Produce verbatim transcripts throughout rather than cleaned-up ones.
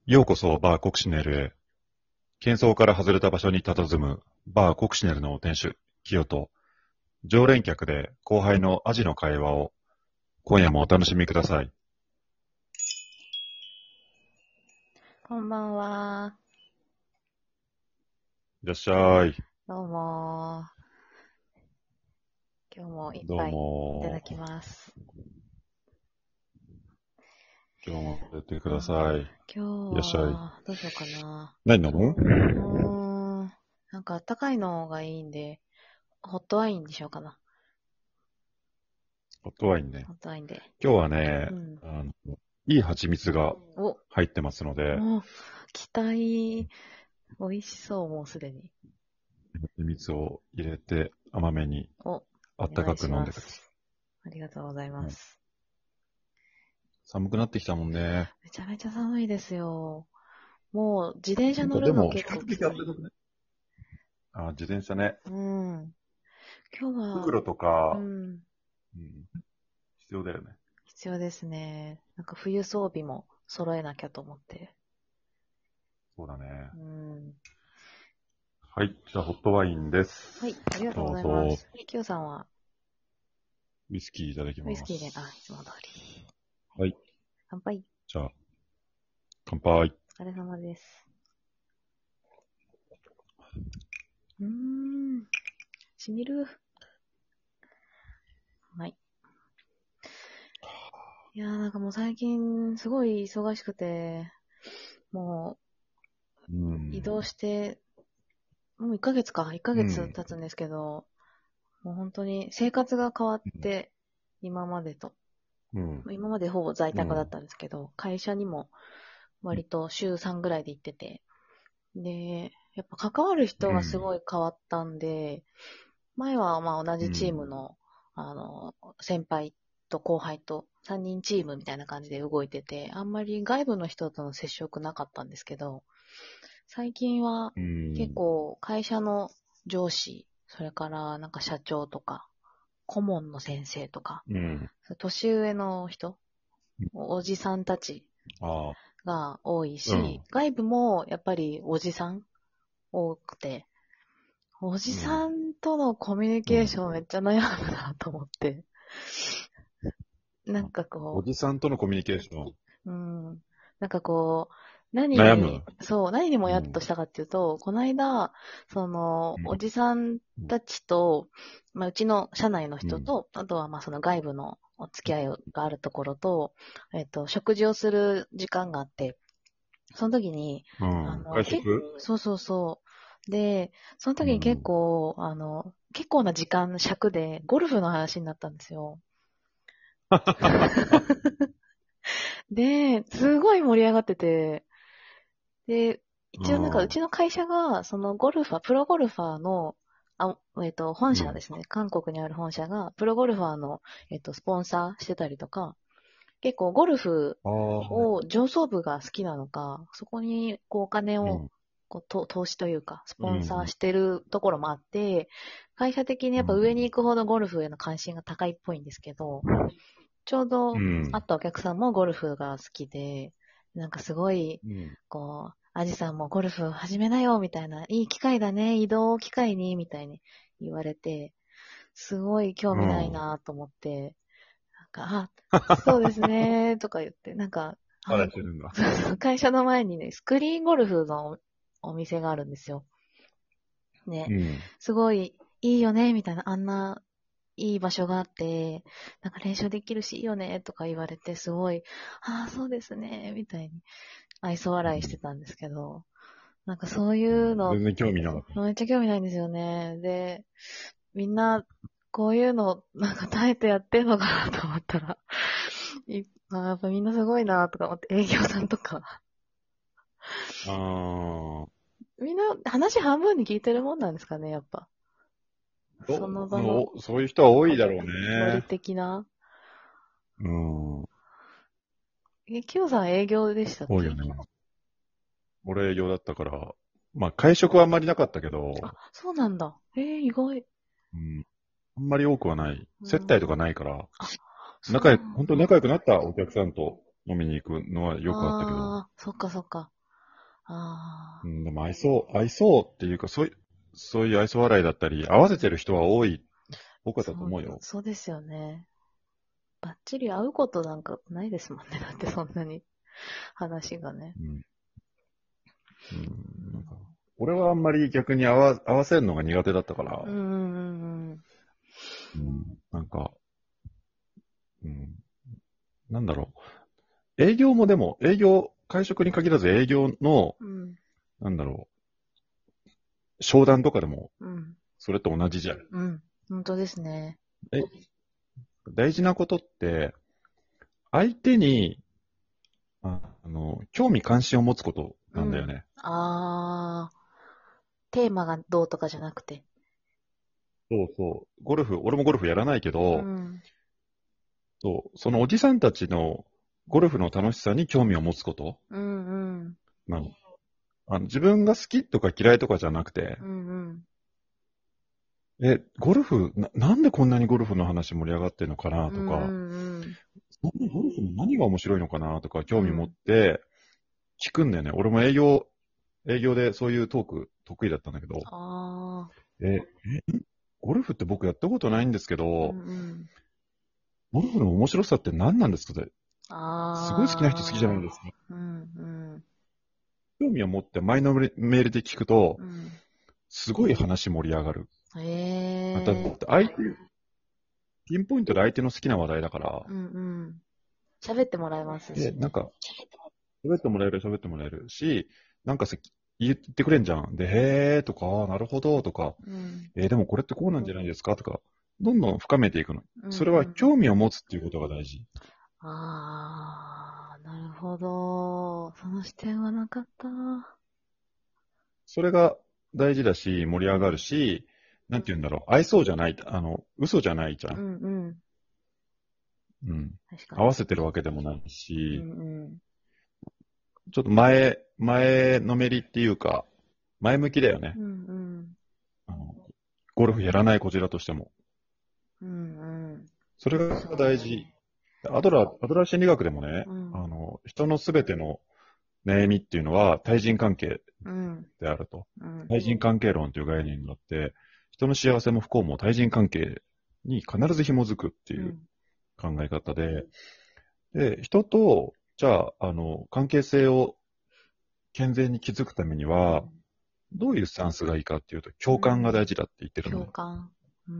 ようこそバーコクシネルへ。喧騒から外れた場所に佇むバーコクシネルの店主、キヨと、常連客で後輩のアジの会話を今夜もお楽しみください。 こんばんは。 いらっしゃい。 どうも。今日も一どう杯いたもだきます。 今日も出てくうんださい。 今日いらっしゃい。 は、どうしようかな。 何飲む？ うーん。なんかあったかいのがいいんで、ホットワインにしようかな。 ホットワインね。 ホットワインで。 今日はね、 うん。 あのいい蜂蜜がお、 入ってますので、 もう、期待。美味しそう、もうすでに。 蜂蜜を入れて甘めにお、 あったかく飲んでください。 ありがとうございます。 寒くなってきたもんね。 めちゃめちゃ寒いですよ。もう、自転車乗でも、比るの結構較的きつい。 暖かくね。あ、自転車ね。 うん。今日は、 袋とか、 うん。 うん、必要だよね。 必要ですね。なんか冬装備も揃えなきゃと思って。 そうだね。 うん。 はい。じゃあ、ホットワインです。 はい、ありがとうごどうざいまぞ。 す。キヨさんはウイスキーいただきます。 ウイスキーで、あ、いつも通り。 はい。 乾杯。 じゃあ、乾杯。 お疲れ様です。うーん。しみる。はい。いやーなんかもう最近すごい忙しくて、もうう移動ん。 して、もういっかげつか、1ヶ月うん。 経つんですけど、もう本当に生活が変わって、今までと。 うん。 今までほぼ在うん。 宅だったんですけど、会社にも割と週さんぐらいで行ってて、で、やっぱ関わる人がすうん。 ごい変わったんで、前はまあ同じチーうん。 ムの、あの、先輩と後輩とさんにんチームみたいな感じで動いてて、あんまり外部の人との接触なかったんですけど、最近はうん。 結構会社の上司、それからなんか社長とか、顧問の先生とか、 うん。 年上の人、おじさんたちああ。 が多いうん。 し、外部もやっぱりおじさん多くて、おじうん。 さんとのコミュニうん。 ケーションめっちゃ悩むなと思って。なんかこおじさんとのコミュニケーション。 う、うん。なんかこう、何に、 悩む。 そう、何にもやっうん。 としたかっていうと、この間、その、おじさんうん。 たちと、まあ、うちの社内のうん。 人と、あとはまあその外部のお付き合いがあるところと、えっと、食事をする時間があって、その時に、 うん。 あの、け、 会食？ そうそうそう。で、その時に結うん。 構、あの、結構な時間尺でゴルフの話になったんですよ。で、すごい盛り上がってて、で、 う一応なんかうん。 ちの会社が、そのゴルファー、プロゴルファーの、あ、えっと、本うん。 社ですね。韓国にある本社が、プロゴルファーの、えっと、スポンサーしてたりとか、結構ゴルフああ。 を上層部が好きなのか、そこにこうお金をうん。 こうと投資というか、スうポンサーん。 してるところもあって、会社的にやっぱ上に行くほどゴルフへの関心が高いっぽいんですけど、ちょううど会ん。 ったお客さんもゴルフが好きで、なんかすごい、 うん。 こう、アジさんもゴルフ始めなよ、みたいな、いい機会だね、移動機会に、みたいに言われて、すごい興味ないうん。 なと思って、なんか、あ、そうですね、とか言って、なんか、あ、 話してるんだ。 会社の前にね、スクリーンゴルフのお店があるんですよ。ね、 うん。 すごいいいよね、みたいな、あんないい場所があって、なんか練習できるしいいよね、とか言われて、すごい、ああ、そうですね、みたいに愛想笑いしてたんですけど、なんかそういうの、 全然興味なかっめっちゃ興味ないんですよね。で、みんな、こういうの、なんか耐えてやってんのかなと思ったら、いあやっぱみんなすごいなとか思って、営業さんとか。 た。ああ。 みんな話半分に聞いてるもんなんですかね、やっぱ。その場のお、そういう人は多いだろうノリね。 的な。 うん。 え、キヨさん営業でしたっけ？ 多いよね。俺営業だったから、まあ会食はあんまりなかったけど、 あ、そうなんだ。えー、意外。 うん。あんまり多くはない。 う接待とかん。 ないから、 あ、そう仲良く、 なんだ。 本当に仲良くなったお客さんと、 飲みに行くのはよくあったけど。 ああ、そっかそっか。ああ、 うん、でも愛想、愛想っていうか、そういう、そういう愛想笑いだったり、合わせてる人は多い、多かったと思うよ。 そうですよね。ばっちり会うことなんかないですもんね。だってそんなに話がね。 うん。うん、なんか俺はあんまり逆に合わ、合わせるのが苦手だったから、 うんうんうんうん、なんか、うん、なんだろう。営業もでも、営業、会食に限らず営業の、 うん。うん。 なんだろう、商談とかでも、 うん。 それと同じじゃん。 うん。本当ですね。 え、大事なことって、相手に、ああの、興味関心を持つことうん。 なんだよね。 ああ、テーマがどうとかじゃなくて。 そうそう。ゴルフ、俺もゴルフやらないけど、 うん。 そう、そのおじさんたちのゴルフの楽しさに興味を持つことうんうん。 なの。あの自分が好きとか嫌いとかじゃなくて、 うんうん。 え、ゴルフな、なんでこんなにゴルフの話盛り上がってるのかなうんうとか、 んそんなゴルフの何が面白いのかなとかうん。 興味持って聞くんだよね。俺も営業、営業でそういうトーク得意だったんだけど、 ああ、 え、ゴルフって僕やったことないんですけうんど、 うん。 ゴルフの面白さって何なんですかって、すごい好きな人好きじゃないああ、 ですか。 うんうん。 興味を持って前のメールで聞くと、 うん。 すごい話盛り上がる。あだっへえ。 て相手、ピンポイントで相手の好きな話題だから、 うんうん。喋ってもらえますで、 しね。 なんか、喋ってもらえる、喋ってもらえるし、なんかさ、言ってくれんじゃん。で、へーとか、あーなるほどとか、 うん。 えーでもこれってこうなんじゃないですかとか、どんどん深めていくの。 うんそれはうん。 興味を持つっていうことが大事。 ああ、なるほど。その視点はなかった。 それが大事だし、盛り上がるし、なんて言うんだろう、愛想じゃない、あの、嘘じゃないじゃん。 うんうん。 うん。 確かに。 合わせてるわけでもないうんし、 うん。 ちょっと前、前のめりっていうか、前向きだよね。 うんうん。 あのゴルフやらないこちらとしても。 うんうん。 それがそうです大事。 ね。 アドラー、アドラー心理学でもね、 うん。 あの、人のすべての悩みっていうのは対人関係うん。 であると。 うん。 対人関係論という概念があって、人の幸せも不幸も対人関係に必ず紐づくっていううん。 考え方で、で、人と、じゃあ、あの、関係性を健全に築くためには、どういうスタンスがいいかっていうと、共感が大事だって言ってるの共よ。 感。うん。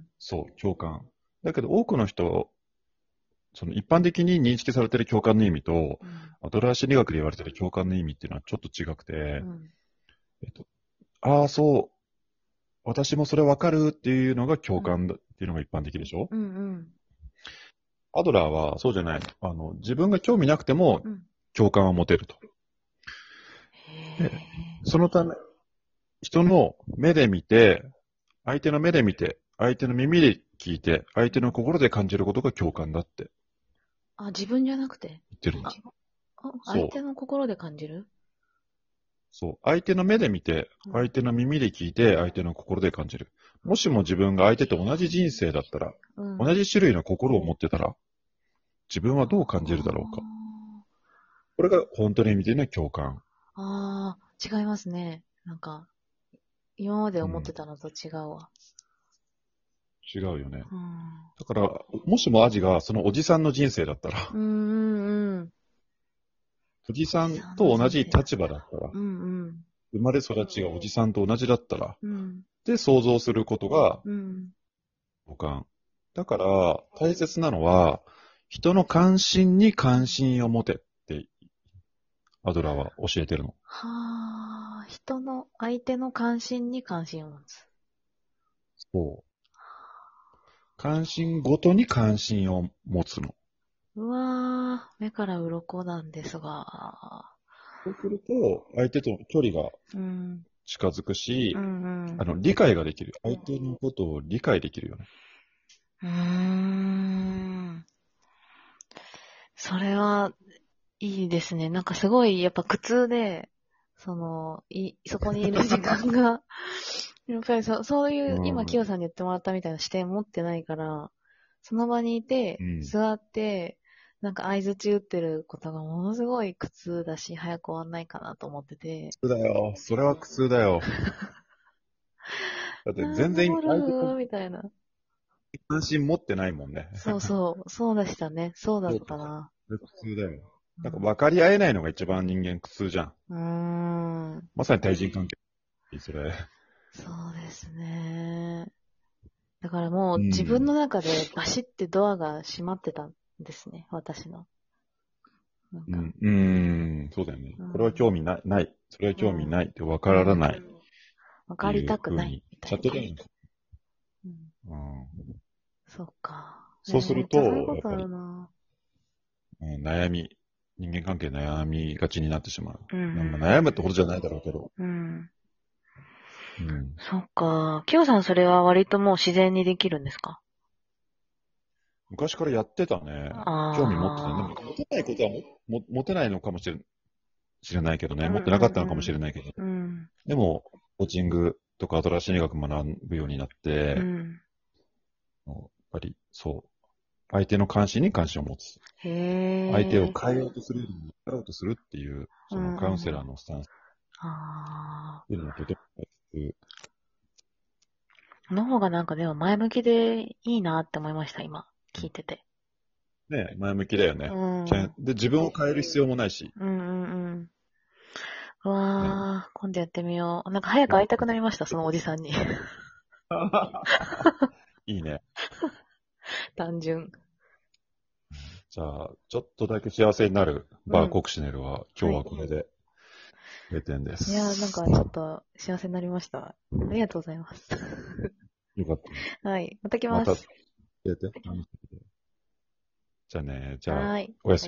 そう、共感。だけど多くの人、その一般的に認識されている共感の意味と、 うん。 アドラー心理学で言われている共感の意味っていうのはちょっと違くて、 うん。 えっと、ああ、そう、私もそれわかるっていうのが共感だっていうのが一般的でしょ。 うんうん。 アドラーはそうじゃない。あの、自分が興味なくてもうん。 共感は持てると。で、 へそのため、人の目で見て、相手の目で見て、相手の耳で聞いて、相手の心で感じることが共感だってあ、自分じゃなくて。 言ってるんです。 あ、相そう。 手の心で感じる。 そう。相手の目で見て、 うん相手の耳で聞いて、相手の心で感じる。もしも自分が相手と同じ人生だったら、 うん。 同じ種類の心を持ってたら、自分はどう感じるだろうか。これが本当に意味での共感。 ああ、違いますね。なんか、今まで思っうん。 てたのと違うわ。 違うよね。 うん。 だから、もしもアジがそのおじさんの人生だったら、 うんうんうん。 おじさんと同じ立場だったら、 うんうん。 生まれ育ちがおじさんと同じだったら、 うん。 で想像することがうん。 共感。だから、大切なのは、人の関心に関心を持てってアドラーは教えてるの。 はあ、人の、相手の関心に関心を持つ。 そう。関心ごとに関心を持つの。 うわー、目から鱗なんですが。 そうすると、相手との距離がうん。 近づくし、 うんうん。 あの、理解ができる。相手のことを理解できるよね。 うーん。それは、いいですね。なんかすごい、やっぱ苦痛で、その、い、そこにいる時間が、やっぱりそ、そういう、今、 うん。 キヨさんに言ってもらったみたいな視点持ってないから、その場にいて、 うん。 座って、 なんか相槌打ってることがものすごい苦痛だし、早く終わんないかなと思ってて。 苦痛だよ。それは苦痛だよ。だって全然あー、 相手の守るみたいな。 関心持ってないもんね。 そうそう、そうでしたね。そうだったな。 それ苦痛だよ。なんかうん分かり合えないのが一番人間苦痛じゃん。 うーん。 まさに対人関係。それ。 そうですね。だからもうう自分のん。 中でバシッてドアが閉まってたんですね。私の。なんか。 うん。うん。そうだよねう。んこれは興味ない。ない。それは興味ないって分からないっわかりていうたくない風に、 みたいな。 チャットで、 うん、 うん。 そっか。 そうすると、 えーめっちゃそういうことあやっぱり、 るな。 うん、悩み、人間関係悩みがちになってしまう。 うんなんか悩むってことじゃないだろうけど。 うん。うん。 うん。 そっか。きよさんそれは割ともう自然にできるんですか？ 昔からやってたね。興味持ってたね。でも、 ああ。 持てないことはもも持てないのかもしれ知れないけどね。 うん持ってなかったのかもしれないけど。 うんうん。 でも、コーチングとか新しい医学学ぶようになっうん。うて、 ん。 やっぱり、そう。相手の関心に関心を持つ。 へえ。 相手を変えようとするよりも、変えようとするっていう、そうんうんのカウンセラーのスタンスっあていうのはとても大切。 あ。の方がなんかでも前向きでいいなって思いました、今。聞いてて。 ね、前向きだよね。 うん。 ちゃんで、自分を変える必要もないし。 うんうんうん。うね。 わー、今度やってみよう。なんか早く会いたくなりました、そのおじさんに。 いいね。 単純。 じゃあ、ちょっとだけ幸せになるバーコクシネルは、今日はこれで閉店です。 いやー、なんかちょっと幸せになりました。ありがとうございます。 よかったね。 はい。また来また、 ます。 入れて。じゃあね、じゃあ、 はーい。 おやすみ。